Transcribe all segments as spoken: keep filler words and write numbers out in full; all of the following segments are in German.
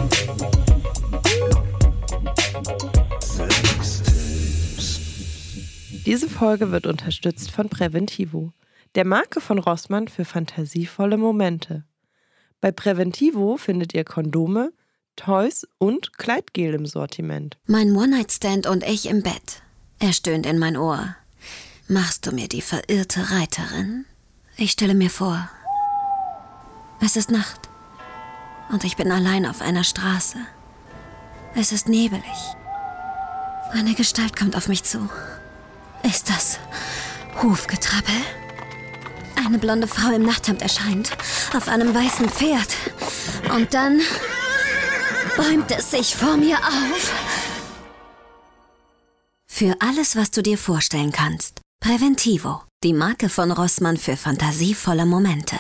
Diese Folge wird unterstützt von Preventivo, der Marke von Rossmann für fantasievolle Momente. Bei Preventivo findet ihr Kondome, Toys und Kleidgel im Sortiment. Mein One-Night-Stand und ich im Bett. Er stöhnt in mein Ohr. Machst du mir die verirrte Reiterin? Ich stelle mir vor, es ist Nacht und ich bin allein auf einer Straße. Es ist nebelig. Eine Gestalt kommt auf mich zu. Ist das Hufgetrappel? Eine blonde Frau im Nachthemd erscheint, auf einem weißen Pferd. Und dann bäumt es sich vor mir auf. Für alles, was du dir vorstellen kannst. Preventivo, die Marke von Rossmann für fantasievolle Momente.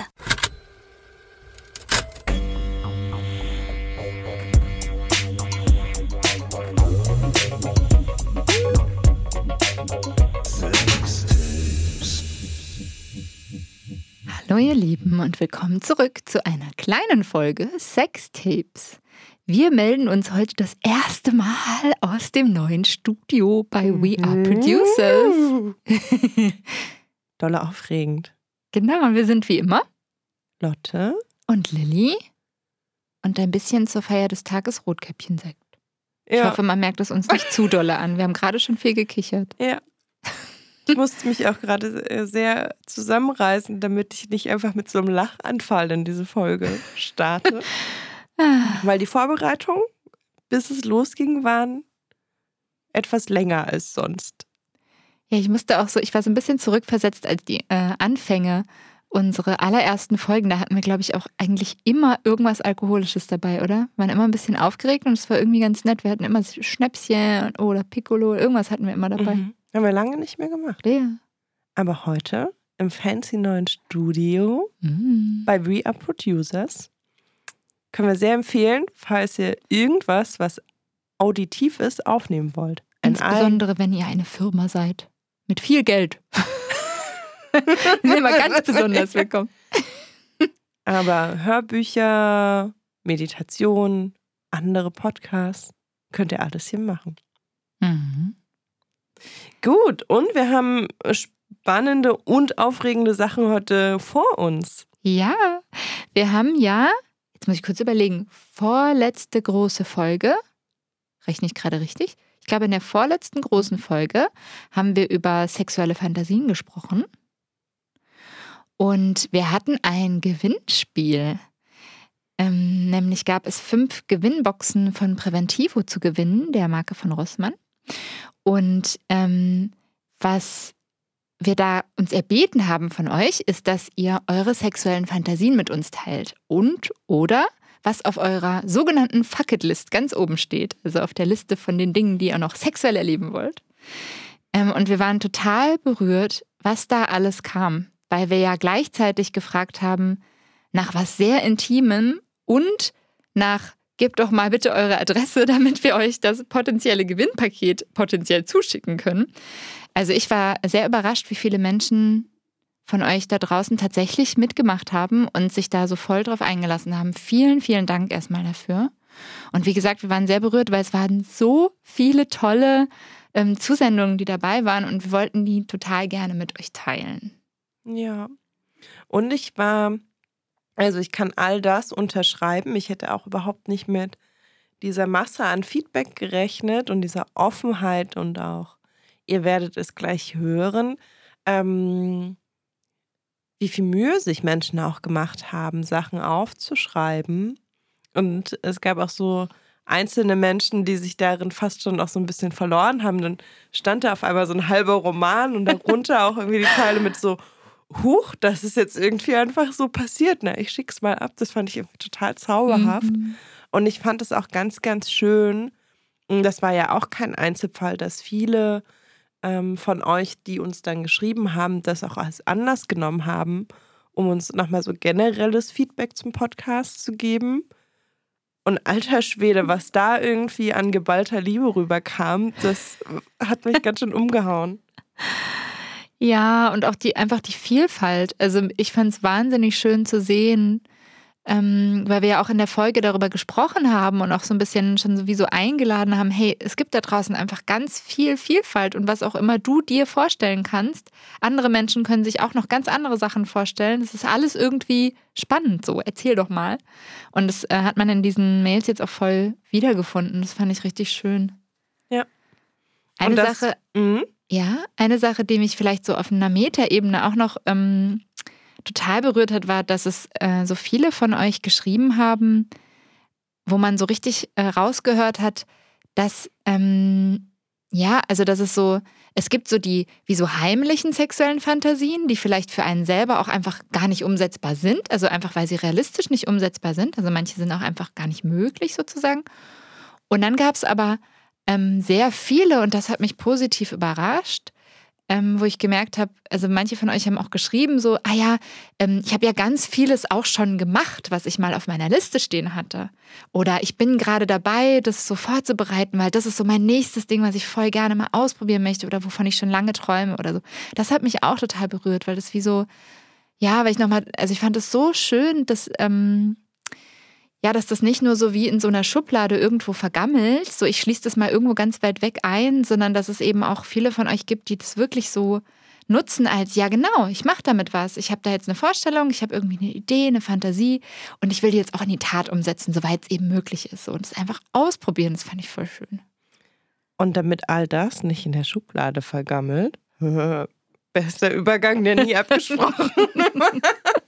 Hallo ihr Lieben und willkommen zurück zu einer kleinen Folge Sextapes. Wir melden uns heute das erste Mal aus dem neuen Studio bei We Are Producers. Dolle aufregend. Genau, und wir sind wie immer Lotte und Lilly und ein bisschen zur Feier des Tages Rotkäppchensekt. Ich ja. hoffe, man merkt es uns nicht zu dolle an. Wir haben gerade schon viel gekichert. Ja. Ich musste mich auch gerade sehr zusammenreißen, damit ich nicht einfach mit so einem Lachanfall in diese Folge starte. Weil die Vorbereitungen, bis es losging, waren etwas länger als sonst. Ja, ich musste auch so, ich war so ein bisschen zurückversetzt als die äh, Anfänge, unsere allerersten Folgen. Da hatten wir, glaube ich, auch eigentlich immer irgendwas Alkoholisches dabei, oder? Wir waren immer ein bisschen aufgeregt und es war irgendwie ganz nett. Wir hatten immer Schnäpschen oder Piccolo, irgendwas hatten wir immer dabei. Mhm. Haben wir lange nicht mehr gemacht. Ja. Aber heute im fancy neuen Studio Mhm. bei We Are Producers können wir sehr empfehlen, falls ihr irgendwas, was auditiv ist, aufnehmen wollt. Ein Insbesondere, Ei- wenn ihr eine Firma seid. Mit viel Geld. Die sind immer ganz besonders willkommen. Aber Hörbücher, Meditation, andere Podcasts, könnt ihr alles hier machen. Mhm. Gut, und wir haben spannende und aufregende Sachen heute vor uns. Ja, wir haben ja, jetzt muss ich kurz überlegen, vorletzte große Folge, rechne ich gerade richtig? Ich glaube, in der vorletzten großen Folge haben wir über sexuelle Fantasien gesprochen. Und wir hatten ein Gewinnspiel. Ähm, nämlich gab es fünf Gewinnboxen von Preventivo zu gewinnen, der Marke von Rossmann. Und ähm, was wir da uns erbeten haben von euch, ist, dass ihr eure sexuellen Fantasien mit uns teilt. Und oder was auf eurer sogenannten Fuck-It-List ganz oben steht. Also auf der Liste von den Dingen, die ihr noch sexuell erleben wollt. Ähm, und wir waren total berührt, was da alles kam. Weil wir ja gleichzeitig gefragt haben, nach was sehr Intimem und nach, gebt doch mal bitte eure Adresse, damit wir euch das potenzielle Gewinnpaket potenziell zuschicken können. Also ich war sehr überrascht, wie viele Menschen von euch da draußen tatsächlich mitgemacht haben und sich da so voll drauf eingelassen haben. Vielen, vielen Dank erstmal dafür. Und wie gesagt, wir waren sehr berührt, weil es waren so viele tolle ähm, Zusendungen, die dabei waren und wir wollten die total gerne mit euch teilen. Ja. Und ich war, also ich kann all das unterschreiben. Ich hätte auch überhaupt nicht mit dieser Masse an Feedback gerechnet und dieser Offenheit und auch, ihr werdet es gleich hören, ähm, wie viel Mühe sich Menschen auch gemacht haben, Sachen aufzuschreiben. Und es gab auch so einzelne Menschen, die sich darin fast schon auch so ein bisschen verloren haben. Dann stand da auf einmal so ein halber Roman und darunter auch irgendwie die Teile mit so, huch, das ist jetzt irgendwie einfach so passiert. Na, ich schick's mal ab. Das fand ich irgendwie total zauberhaft. Mhm. Und ich fand es auch ganz, ganz schön. Und das war ja auch kein Einzelfall, dass viele ähm, von euch, die uns dann geschrieben haben, das auch als Anlass genommen haben, um uns nochmal so generelles Feedback zum Podcast zu geben. Und alter Schwede, was da irgendwie an geballter Liebe rüberkam, das hat mich ganz schön umgehauen. Ja, und auch die einfach die Vielfalt. Also ich fand es wahnsinnig schön zu sehen, ähm, weil wir ja auch in der Folge darüber gesprochen haben und auch so ein bisschen schon sowieso eingeladen haben, hey, es gibt da draußen einfach ganz viel Vielfalt und was auch immer du dir vorstellen kannst. Andere Menschen können sich auch noch ganz andere Sachen vorstellen. Es ist alles irgendwie spannend so. Erzähl doch mal. Und das äh, hat man in diesen Mails jetzt auch voll wiedergefunden. Das fand ich richtig schön. Ja. Eine das, Sache, mh. ja, eine Sache, die mich vielleicht so auf einer Metaebene auch noch ähm, total berührt hat, war, dass es äh, so viele von euch geschrieben haben, wo man so richtig äh, rausgehört hat, dass, ähm, ja, also dass es so, es gibt so die, wie so heimlichen sexuellen Fantasien, die vielleicht für einen selber auch einfach gar nicht umsetzbar sind, also einfach, weil sie realistisch nicht umsetzbar sind, also manche sind auch einfach gar nicht möglich sozusagen. Und dann gab es aber ähm, sehr viele, und das hat mich positiv überrascht, Ähm, wo ich gemerkt habe, also manche von euch haben auch geschrieben so, ah ja, ähm, ich habe ja ganz vieles auch schon gemacht, was ich mal auf meiner Liste stehen hatte. Oder ich bin gerade dabei, das so vorzubereiten, weil das ist so mein nächstes Ding, was ich voll gerne mal ausprobieren möchte oder wovon ich schon lange träume oder so. Das hat mich auch total berührt, weil das wie so, ja, weil ich nochmal, also ich fand es so schön, dass, ähm, ja, dass das nicht nur so wie in so einer Schublade irgendwo vergammelt, so ich schließe das mal irgendwo ganz weit weg ein, sondern dass es eben auch viele von euch gibt, die das wirklich so nutzen als, ja genau, ich mache damit was. Ich habe da jetzt eine Vorstellung, ich habe irgendwie eine Idee, eine Fantasie und ich will die jetzt auch in die Tat umsetzen, soweit es eben möglich ist. Und es einfach ausprobieren, das fand ich voll schön. Und damit all das nicht in der Schublade vergammelt, bester Übergang, der nie abgesprochen wird.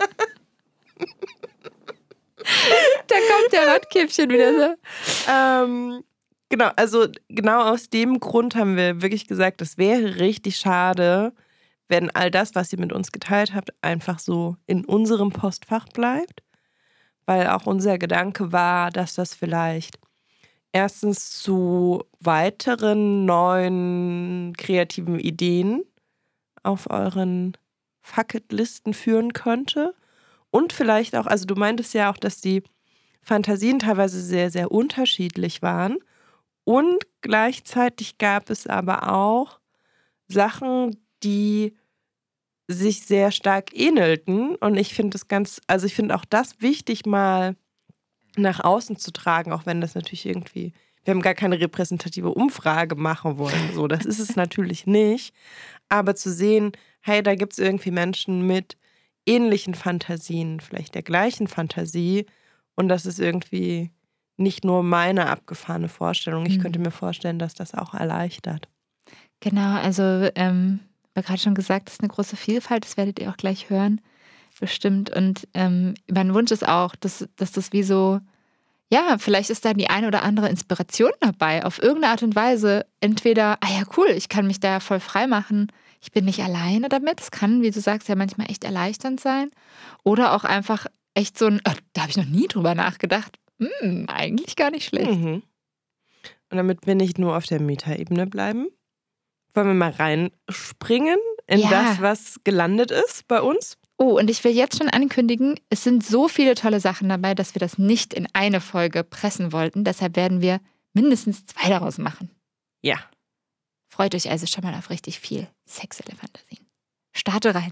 Da kommt der Rotkäppchen wieder so. Ähm, genau, also genau aus dem Grund haben wir wirklich gesagt, es wäre richtig schade, wenn all das, was ihr mit uns geteilt habt, einfach so in unserem Postfach bleibt. Weil auch unser Gedanke war, dass das vielleicht erstens zu weiteren neuen kreativen Ideen auf euren Fuck-it-Listen führen könnte. Und vielleicht auch, also du meintest ja auch, dass die Fantasien teilweise sehr, sehr unterschiedlich waren. Und gleichzeitig gab es aber auch Sachen, die sich sehr stark ähnelten. Und ich finde das ganz, also ich finde auch das wichtig, mal nach außen zu tragen, auch wenn das natürlich irgendwie, wir haben gar keine repräsentative Umfrage machen wollen. So, das ist es natürlich nicht. Aber zu sehen, hey, da gibt es irgendwie Menschen mit ähnlichen Fantasien, vielleicht der gleichen Fantasie. Und das ist irgendwie nicht nur meine abgefahrene Vorstellung. Ich könnte mir vorstellen, dass das auch erleichtert. Genau, also ähm, wir haben gerade schon gesagt, das ist eine große Vielfalt, das werdet ihr auch gleich hören, bestimmt. Und ähm, mein Wunsch ist auch, dass, dass das wie so, ja, vielleicht ist da die eine oder andere Inspiration dabei, auf irgendeine Art und Weise. Entweder, ah ja, cool, ich kann mich da voll frei machen, ich bin nicht alleine damit. Es kann, wie du sagst, ja manchmal echt erleichternd sein. Oder auch einfach echt so ein, oh, da habe ich noch nie drüber nachgedacht. Hm, eigentlich gar nicht schlecht. Mhm. Und damit wir nicht nur auf der Metaebene bleiben, wollen wir mal reinspringen in Ja. das, was gelandet ist bei uns. Oh, und ich will jetzt schon ankündigen, es sind so viele tolle Sachen dabei, dass wir das nicht in eine Folge pressen wollten. Deshalb werden wir mindestens zwei daraus machen. Ja. Freut euch also schon mal auf richtig viel sexuelle Fantasien. Starte rein.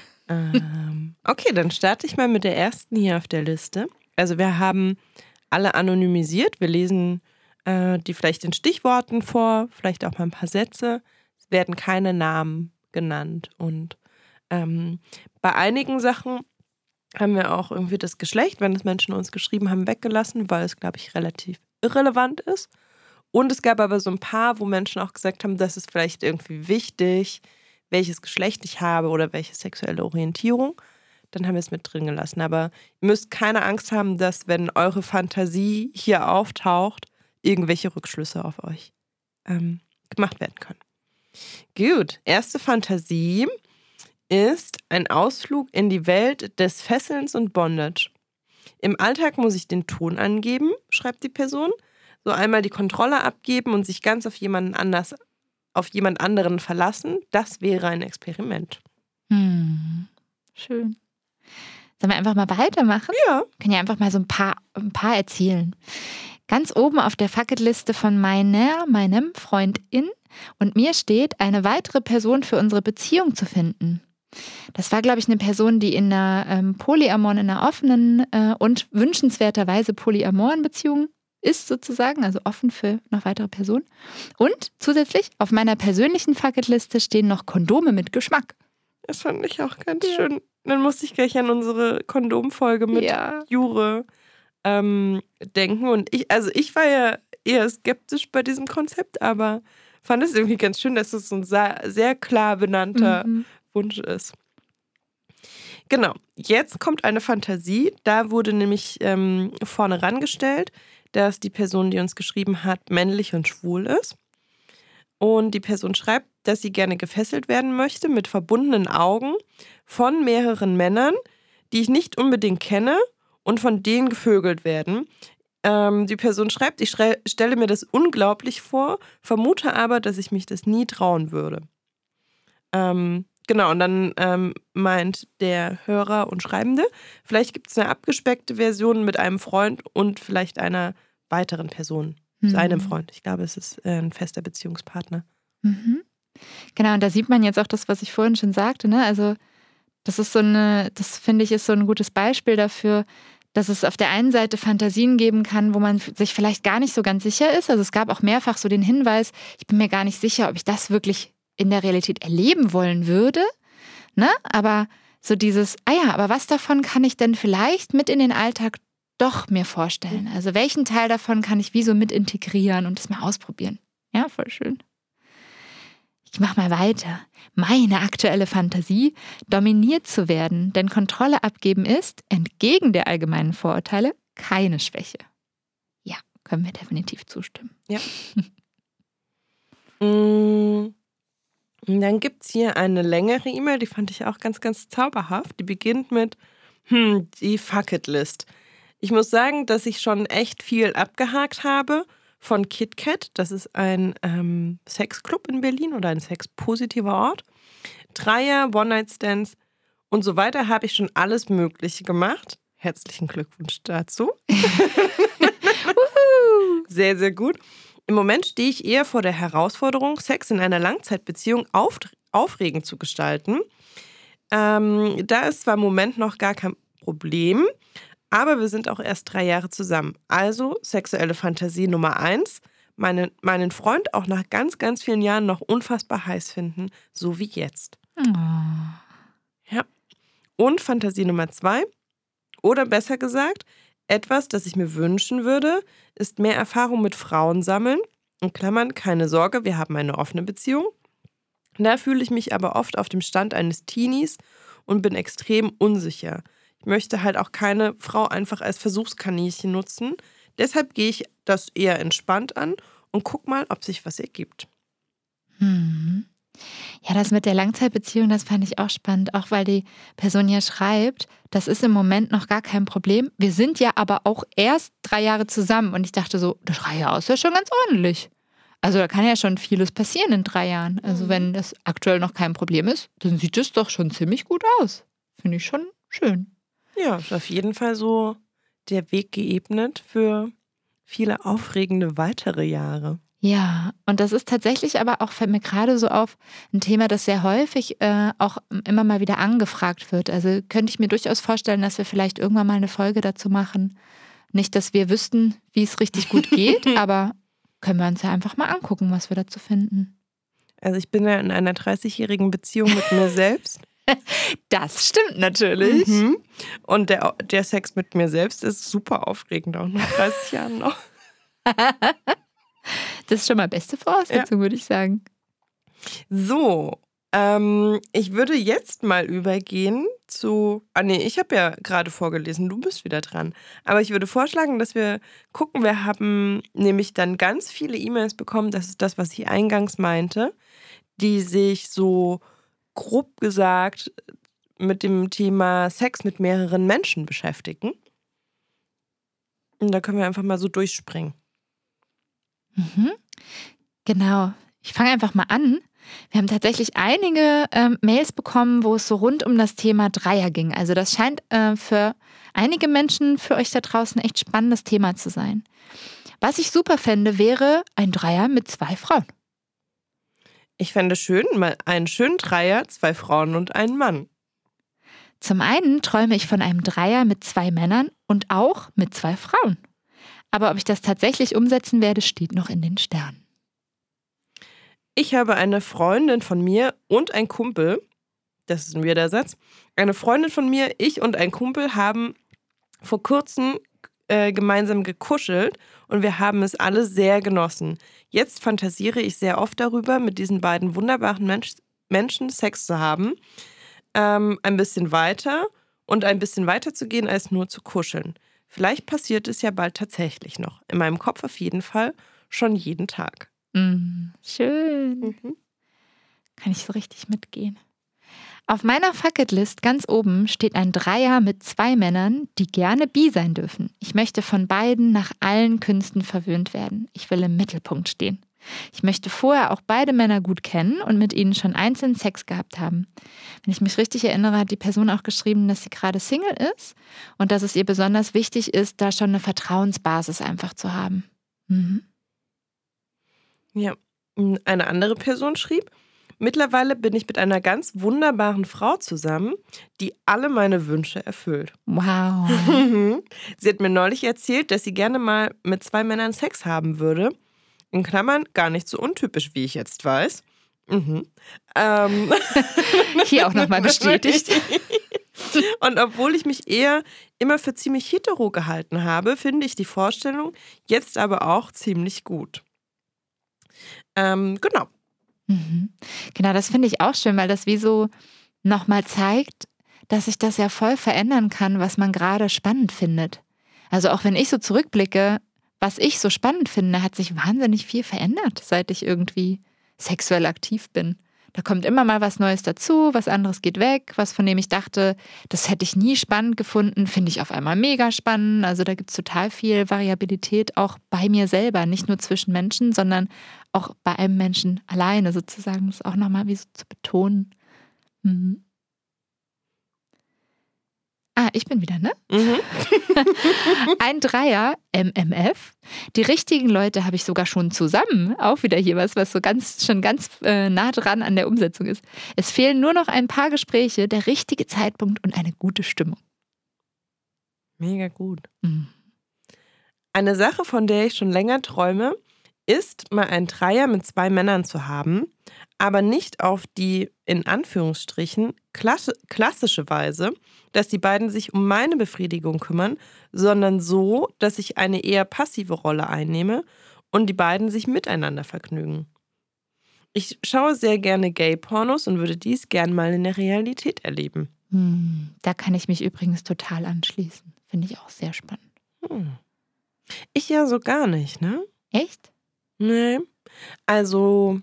Ähm, okay, dann starte ich mal mit der ersten hier auf der Liste. Also wir haben alle anonymisiert. Wir lesen äh, die vielleicht in Stichworten vor, vielleicht auch mal ein paar Sätze. Es werden keine Namen genannt. Und ähm, bei einigen Sachen haben wir auch irgendwie das Geschlecht, wenn es Menschen uns geschrieben haben, weggelassen, weil es, glaube ich, relativ irrelevant ist. Und es gab aber so ein paar, wo Menschen auch gesagt haben, das ist vielleicht irgendwie wichtig, welches Geschlecht ich habe oder welche sexuelle Orientierung. Dann haben wir es mit drin gelassen. Aber ihr müsst keine Angst haben, dass, wenn eure Fantasie hier auftaucht, irgendwelche Rückschlüsse auf euch ähm, gemacht werden können. Gut, erste Fantasie ist ein Ausflug in die Welt des Fesselns und Bondage. Im Alltag muss ich den Ton angeben, schreibt die Person. So einmal die Kontrolle abgeben und sich ganz auf jemanden anders, auf jemand anderen verlassen. Das wäre ein Experiment. Hm, schön. Sollen wir einfach mal weitermachen? Ja. Wir können ja einfach mal so ein paar, ein paar erzählen. Ganz oben auf der Fucketliste von meiner, meinem Freundin und mir steht, eine weitere Person für unsere Beziehung zu finden. Das war, glaube ich, eine Person, die in einer ähm, polyamoren, in einer offenen äh, und wünschenswerterweise polyamoren Beziehung ist sozusagen, also offen für noch weitere Personen. Und zusätzlich auf meiner persönlichen Fucketliste stehen noch Kondome mit Geschmack. Das fand ich auch ganz Ja. schön. Dann musste ich gleich an unsere Kondomfolge mit Ja. Jure ähm, denken. Und ich, also ich war ja eher skeptisch bei diesem Konzept, aber fand es irgendwie ganz schön, dass es so ein sehr, sehr klar benannter Mhm. Wunsch ist. Genau, jetzt kommt eine Fantasie. Da wurde nämlich ähm, vorne rangestellt, dass die Person, die uns geschrieben hat, männlich und schwul ist. Und die Person schreibt, dass sie gerne gefesselt werden möchte mit verbundenen Augen von mehreren Männern, die ich nicht unbedingt kenne und von denen gevögelt werden. Ähm, die Person schreibt, ich schre- stelle mir das unglaublich vor, vermute aber, dass ich mich das nie trauen würde. Ähm, genau, und dann ähm, meint der Hörer und Schreibende, vielleicht gibt es eine abgespeckte Version mit einem Freund und vielleicht einer weiteren Person, Mhm. seinem Freund. Ich glaube, es ist äh, ein fester Beziehungspartner. Mhm. Genau, und da sieht man jetzt auch das, was ich vorhin schon sagte, ne? Also das ist so eine, das finde ich, ist so ein gutes Beispiel dafür, dass es auf der einen Seite Fantasien geben kann, wo man sich vielleicht gar nicht so ganz sicher ist. Also es gab auch mehrfach so den Hinweis, ich bin mir gar nicht sicher, ob ich das wirklich in der Realität erleben wollen würde. Ne? Aber so dieses, ah ja, aber was davon kann ich denn vielleicht mit in den Alltag doch mir vorstellen? Also welchen Teil davon kann ich wie so mit integrieren und das mal ausprobieren? Ja, voll schön. Ich mach mal weiter. Meine aktuelle Fantasie, dominiert zu werden, denn Kontrolle abgeben ist, entgegen der allgemeinen Vorurteile, keine Schwäche. Ja, können wir definitiv zustimmen. Ja. mm, dann gibt es hier eine längere E-Mail, die fand ich auch ganz, ganz zauberhaft. Die beginnt mit, hm, die Fucketlist. Ich muss sagen, dass ich schon echt viel abgehakt habe von KitKat. Das ist ein ähm, Sexclub in Berlin oder ein sexpositiver Ort. Dreier, One-Night-Stands und so weiter habe ich schon alles Mögliche gemacht. Herzlichen Glückwunsch dazu. Sehr, sehr gut. Im Moment stehe ich eher vor der Herausforderung, Sex in einer Langzeitbeziehung auf, aufregend zu gestalten. Ähm, da ist zwar im Moment noch gar kein Problem, aber wir sind auch erst drei Jahre zusammen. Also sexuelle Fantasie Nummer eins. Meine, meinen Freund auch nach ganz, ganz vielen Jahren noch unfassbar heiß finden, so wie jetzt. Oh. Ja. Und Fantasie Nummer zwei, oder besser gesagt, etwas, das ich mir wünschen würde, ist mehr Erfahrung mit Frauen sammeln. In Klammern, keine Sorge, wir haben eine offene Beziehung. Da fühle ich mich aber oft auf dem Stand eines Teenies und bin extrem unsicher. Ich möchte halt auch keine Frau einfach als Versuchskaninchen nutzen. Deshalb gehe ich das eher entspannt an und guck mal, ob sich was ergibt. Hm. Ja, das mit der Langzeitbeziehung, das fand ich auch spannend, auch weil die Person ja schreibt, das ist im Moment noch gar kein Problem. Wir sind ja aber auch erst drei Jahre zusammen und ich dachte so, drei Jahre ist ja schon ganz ordentlich. Also da kann ja schon vieles passieren in drei Jahren. Also wenn das aktuell noch kein Problem ist, dann sieht es doch schon ziemlich gut aus. Finde ich schon schön. Ja, ist auf jeden Fall so der Weg geebnet für viele aufregende weitere Jahre. Ja, und das ist tatsächlich aber auch, fällt mir gerade so auf, ein Thema, das sehr häufig äh, auch immer mal wieder angefragt wird. Also könnte ich mir durchaus vorstellen, dass wir vielleicht irgendwann mal eine Folge dazu machen. Nicht, dass wir wüssten, wie es richtig gut geht, aber können wir uns ja einfach mal angucken, was wir dazu finden. Also ich bin ja in einer dreißigjährigen Beziehung mit mir selbst. Das stimmt natürlich. Mhm. Und der, der Sex mit mir selbst ist super aufregend, auch nach dreißig Jahren noch. Das ist schon mal beste Voraussetzung, ja. Würde ich sagen. So, ähm, ich würde jetzt mal übergehen zu... Ah nee, ich habe ja gerade vorgelesen, du bist wieder dran. Aber ich würde vorschlagen, dass wir gucken, wir haben nämlich dann ganz viele E-Mails bekommen, das ist das, was ich eingangs meinte, die sich so grob gesagt mit dem Thema Sex mit mehreren Menschen beschäftigen. Und da können wir einfach mal so durchspringen. Mhm. Genau. Ich fange einfach mal an. Wir haben tatsächlich einige ähm, Mails bekommen, wo es so rund um das Thema Dreier ging. Also das scheint äh, für einige Menschen, für euch da draußen, echt spannendes Thema zu sein. Was ich super fände, wäre ein Dreier mit zwei Frauen. Ich fände schön, mal einen schönen Dreier, zwei Frauen und einen Mann. Zum einen träume ich von einem Dreier mit zwei Männern und auch mit zwei Frauen. Aber ob ich das tatsächlich umsetzen werde, steht noch in den Sternen. Ich habe eine Freundin von mir und ein Kumpel, das ist ein weirder Satz, eine Freundin von mir, ich und ein Kumpel haben vor kurzem äh, gemeinsam gekuschelt und wir haben es alle sehr genossen. Jetzt fantasiere ich sehr oft darüber, mit diesen beiden wunderbaren Mensch, Menschen Sex zu haben, ähm, ein bisschen weiter und ein bisschen weiter zu gehen, als nur zu kuscheln. Vielleicht passiert es ja bald tatsächlich noch. In meinem Kopf auf jeden Fall schon jeden Tag. Mm, schön. Mhm. Kann ich so richtig mitgehen. Auf meiner Fucketlist ganz oben steht ein Dreier mit zwei Männern, die gerne bi sein dürfen. Ich möchte von beiden nach allen Künsten verwöhnt werden. Ich will im Mittelpunkt stehen. Ich möchte vorher auch beide Männer gut kennen und mit ihnen schon einzeln Sex gehabt haben. Wenn ich mich richtig erinnere, hat die Person auch geschrieben, dass sie gerade Single ist und dass es ihr besonders wichtig ist, da schon eine Vertrauensbasis einfach zu haben. Mhm. Ja, eine andere Person schrieb, mittlerweile bin ich mit einer ganz wunderbaren Frau zusammen, die alle meine Wünsche erfüllt. Wow. Sie hat mir neulich erzählt, dass sie gerne mal mit zwei Männern Sex haben würde. In Klammern, gar nicht so untypisch, wie ich jetzt weiß. Mhm. Ähm. Hier auch nochmal bestätigt. Und obwohl ich mich eher immer für ziemlich hetero gehalten habe, finde ich die Vorstellung jetzt aber auch ziemlich gut. Ähm, genau. Mhm. Genau, das finde ich auch schön, weil das wie so nochmal zeigt, dass sich das ja voll verändern kann, was man gerade spannend findet. Also auch wenn ich so zurückblicke, was ich so spannend finde, hat sich wahnsinnig viel verändert, seit ich irgendwie sexuell aktiv bin. Da kommt immer mal was Neues dazu, was anderes geht weg, was von dem ich dachte, das hätte ich nie spannend gefunden, finde ich auf einmal mega spannend. Also da gibt es total viel Variabilität, auch bei mir selber, nicht nur zwischen Menschen, sondern auch bei einem Menschen alleine sozusagen, das auch nochmal wie so zu betonen. Mhm. Ah, ich bin wieder, ne? Mhm. Ein Dreier, M M F. Die richtigen Leute habe ich sogar schon zusammen. Auch wieder hier was, was so ganz, schon ganz äh, nah dran an der Umsetzung ist. Es fehlen nur noch ein paar Gespräche, der richtige Zeitpunkt und eine gute Stimmung. Mega gut. Mhm. Eine Sache, von der ich schon länger träume, ist, mal einen Dreier mit zwei Männern zu haben, aber nicht auf die, in Anführungsstrichen, klasse, klassische Weise, dass die beiden sich um meine Befriedigung kümmern, sondern so, dass ich eine eher passive Rolle einnehme und die beiden sich miteinander vergnügen. Ich schaue sehr gerne Gay-Pornos und würde dies gern mal in der Realität erleben. Hm, da kann ich mich übrigens total anschließen. Finde ich auch sehr spannend. Hm. Ich ja so gar nicht, ne? Echt? Nee. Also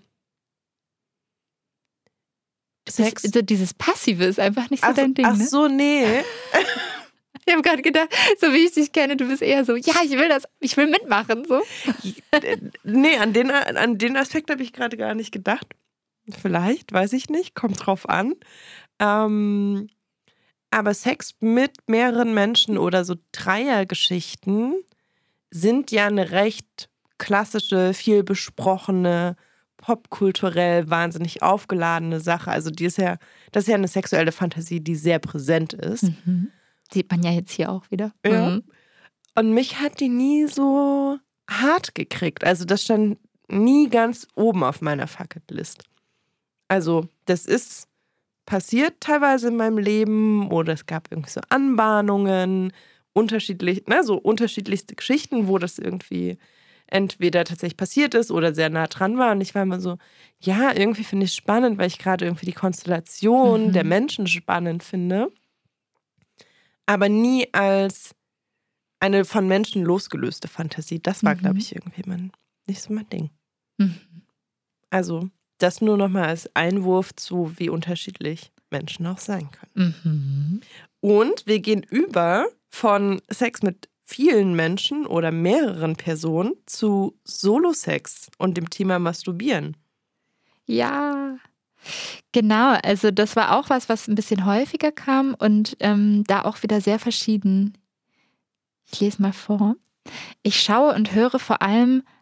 Sex. Das, so dieses Passive ist einfach nicht so ach, dein Ding, ach ne? so, nee. Ich habe gerade gedacht, so wie ich dich kenne, du bist eher so, ja, ich will das, ich will mitmachen, so. Nee, an den, an den Aspekt habe ich gerade gar nicht gedacht. Vielleicht, weiß ich nicht, kommt drauf an. Ähm, aber Sex mit mehreren Menschen oder so Dreiergeschichten sind ja eine recht klassische, viel besprochene, popkulturell wahnsinnig aufgeladene Sache. Also die ist ja, das ist ja eine sexuelle Fantasie, die sehr präsent ist. Mhm. Sieht man ja jetzt hier auch wieder. Ja. Mhm. Und mich hat die nie so hart gekriegt. Also das stand nie ganz oben auf meiner Fucketlist. Also das ist passiert teilweise in meinem Leben oder es gab irgendwie so Anbahnungen, unterschiedlich, ne, so unterschiedlichste Geschichten, wo das irgendwie entweder tatsächlich passiert ist oder sehr nah dran war. Und ich war immer so, ja, irgendwie finde ich es spannend, weil ich gerade irgendwie die Konstellation Mhm. der Menschen spannend finde. Aber nie als eine von Menschen losgelöste Fantasie. Das war, Mhm. glaube ich, irgendwie mein, nicht so mein Ding. Mhm. Also das nur nochmal als Einwurf zu, wie unterschiedlich Menschen auch sein können. Mhm. Und wir gehen über von Sex mit vielen Menschen oder mehreren Personen zu Solo-Sex und dem Thema Masturbieren. Ja, genau. Also das war auch was, was ein bisschen häufiger kam und ähm, da auch wieder sehr verschieden. Ich lese mal vor. Ich schaue und höre vor allem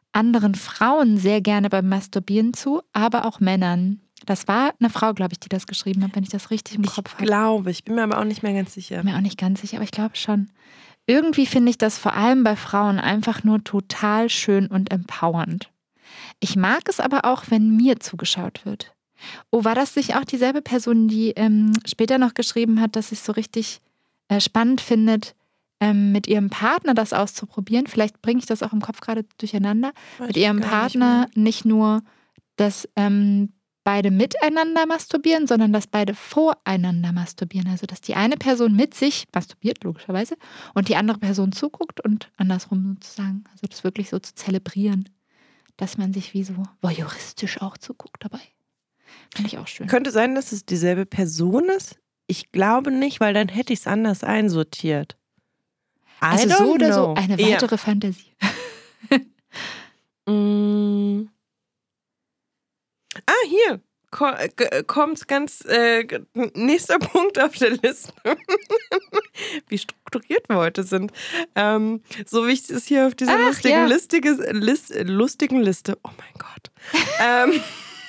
anderen Frauen sehr gerne beim Masturbieren zu, aber auch Männern. Das war eine Frau, glaube ich, die das geschrieben hat, wenn ich das richtig im Ich Kopf habe. glaube, ich bin mir aber auch nicht mehr ganz sicher. Ich bin mir auch nicht ganz sicher, aber ich glaube schon. Irgendwie finde ich das vor allem bei Frauen einfach nur total schön und empowernd. Ich mag es aber auch, wenn mir zugeschaut wird. Oh, war das nicht auch dieselbe Person, die ähm, später noch geschrieben hat, dass sie es so richtig äh, spannend findet, ähm, mit ihrem Partner das auszuprobieren? Vielleicht bringe ich das auch im Kopf gerade durcheinander. Weiß Mit ihrem ich gar Partner nicht nicht, nur, dass ähm, beide miteinander masturbieren, sondern dass beide voreinander masturbieren. Also, dass die eine Person mit sich masturbiert, logischerweise, und die andere Person zuguckt und andersrum sozusagen. Also, das wirklich so zu zelebrieren, dass man sich wie so voyeuristisch auch zuguckt dabei. Finde ich auch schön. Könnte sein, dass es dieselbe Person ist? Ich glaube nicht, weil dann hätte ich es anders einsortiert. I Also don't so oder so know. eine Ja. weitere Fantasie. Mm. Ah, hier Ko- g- kommt ganz äh, g- nächster Punkt auf der Liste. Wie strukturiert wir heute sind. Ähm, so wie ich es hier auf dieser Ach, lustigen, ja. listiges, List, lustigen Liste. Oh mein Gott. ähm,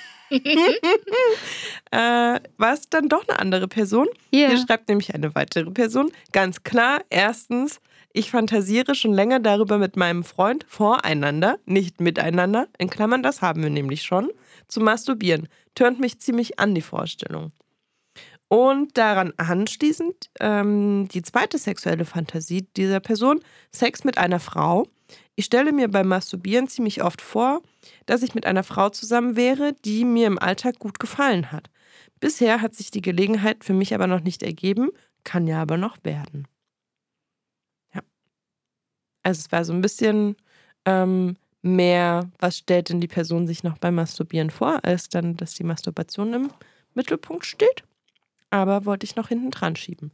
äh, war es dann doch eine andere Person? Ja. Hier schreibt nämlich eine weitere Person. Ganz klar, erstens, ich fantasiere schon länger darüber mit meinem Freund voreinander, nicht miteinander, in Klammern, das haben wir nämlich schon, zu masturbieren. Tönt mich ziemlich an, die Vorstellung. Und daran anschließend ähm, die zweite sexuelle Fantasie dieser Person, Sex mit einer Frau. Ich stelle mir beim Masturbieren ziemlich oft vor, dass ich mit einer Frau zusammen wäre, die mir im Alltag gut gefallen hat. Bisher hat sich die Gelegenheit für mich aber noch nicht ergeben, kann ja aber noch werden. Ja. Also es war so ein bisschen ähm, mehr, was stellt denn die Person sich noch beim Masturbieren vor, als dann, dass die Masturbation im Mittelpunkt steht. Aber wollte ich noch hinten dran schieben.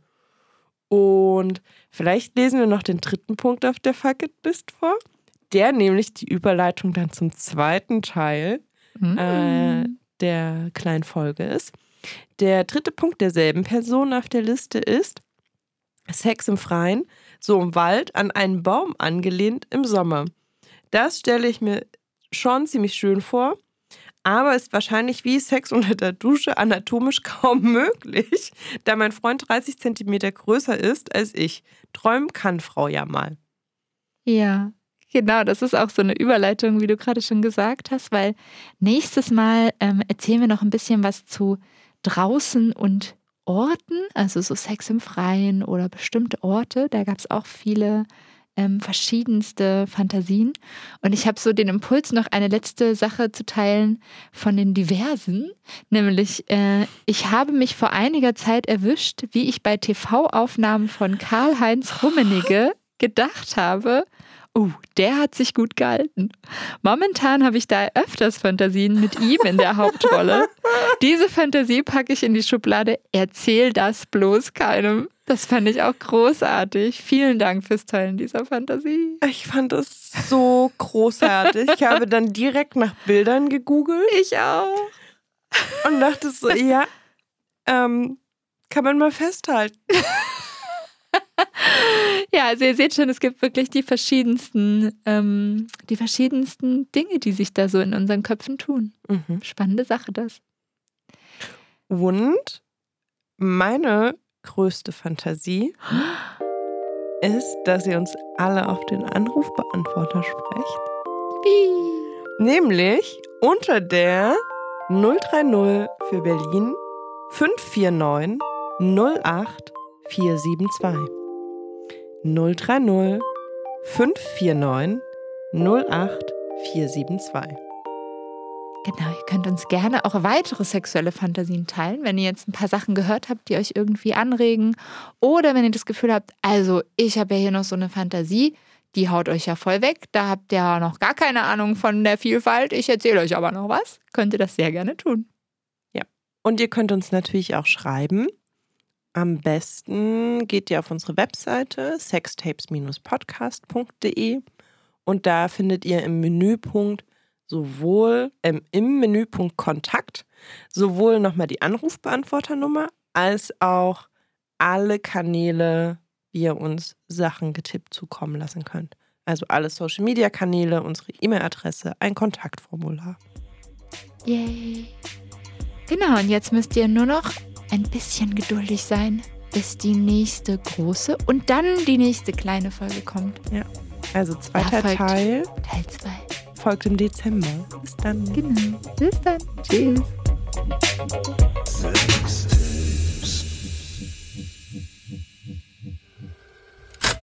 Und vielleicht lesen wir noch den dritten Punkt auf der Fuck-It-List vor, der nämlich die Überleitung dann zum zweiten Teil Mm. äh, der kleinen Folge ist. Der dritte Punkt derselben Person auf der Liste ist Sex im Freien, so im Wald, an einen Baum angelehnt im Sommer. Das stelle ich mir schon ziemlich schön vor, aber ist wahrscheinlich wie Sex unter der Dusche anatomisch kaum möglich, da mein Freund dreißig Zentimeter größer ist als ich. Träumen kann Frau ja mal. Ja, genau, das ist auch so eine Überleitung, wie du gerade schon gesagt hast, weil nächstes Mal ähm, erzählen wir noch ein bisschen was zu draußen und Orten, also so Sex im Freien oder bestimmte Orte. Da gab es auch viele ähm, verschiedenste Fantasien. Und ich habe so den Impuls, noch eine letzte Sache zu teilen von den diversen. Nämlich, äh, ich habe mich vor einiger Zeit erwischt, wie ich bei T V-Aufnahmen von Karl-Heinz Rummenigge gedacht habe, oh, der hat sich gut gehalten. Momentan habe ich da öfters Fantasien mit ihm in der Hauptrolle. Diese Fantasie packe ich in die Schublade, erzähl das bloß keinem. Das fand ich auch großartig. Vielen Dank fürs Teilen dieser Fantasie. Ich fand das so großartig. Ich habe dann direkt nach Bildern gegoogelt. Ich auch. Und dachte so, ja, ähm, kann man mal festhalten. Ja, also ihr seht schon, es gibt wirklich die verschiedensten, ähm, die verschiedensten Dinge, die sich da so in unseren Köpfen tun. Mhm. Spannende Sache, das. Und meine größte Fantasie ist, dass ihr uns alle auf den Anrufbeantworter sprecht. Wie? Nämlich unter der null drei null für Berlin fünf vier neun null acht vier sieben zwei. null drei null fünf vier neun null acht vier sieben zwei. Genau, ihr könnt uns gerne auch weitere sexuelle Fantasien teilen, wenn ihr jetzt ein paar Sachen gehört habt, die euch irgendwie anregen. Oder wenn ihr das Gefühl habt, also ich habe ja hier noch so eine Fantasie, die haut euch ja voll weg. Da habt ihr ja noch gar keine Ahnung von der Vielfalt. Ich erzähle euch aber noch was. Könnt ihr das sehr gerne tun. Ja, und ihr könnt uns natürlich auch schreiben. Am besten geht ihr auf unsere Webseite sextapes podcast punkt de und da findet ihr im Menüpunkt sowohl ähm, im Menüpunkt Kontakt sowohl nochmal die Anrufbeantworternummer als auch alle Kanäle, wie ihr uns Sachen getippt zukommen lassen könnt. Also alle Social-Media-Kanäle, unsere E-Mail-Adresse, ein Kontaktformular. Yay. Genau, und jetzt müsst ihr nur noch ein bisschen geduldig sein, bis die nächste große und dann die nächste kleine Folge kommt. Ja, also zweiter Da folgt Teil Teil zwei. folgt im Dezember. Bis dann. Genau. Bis dann. Tschüss.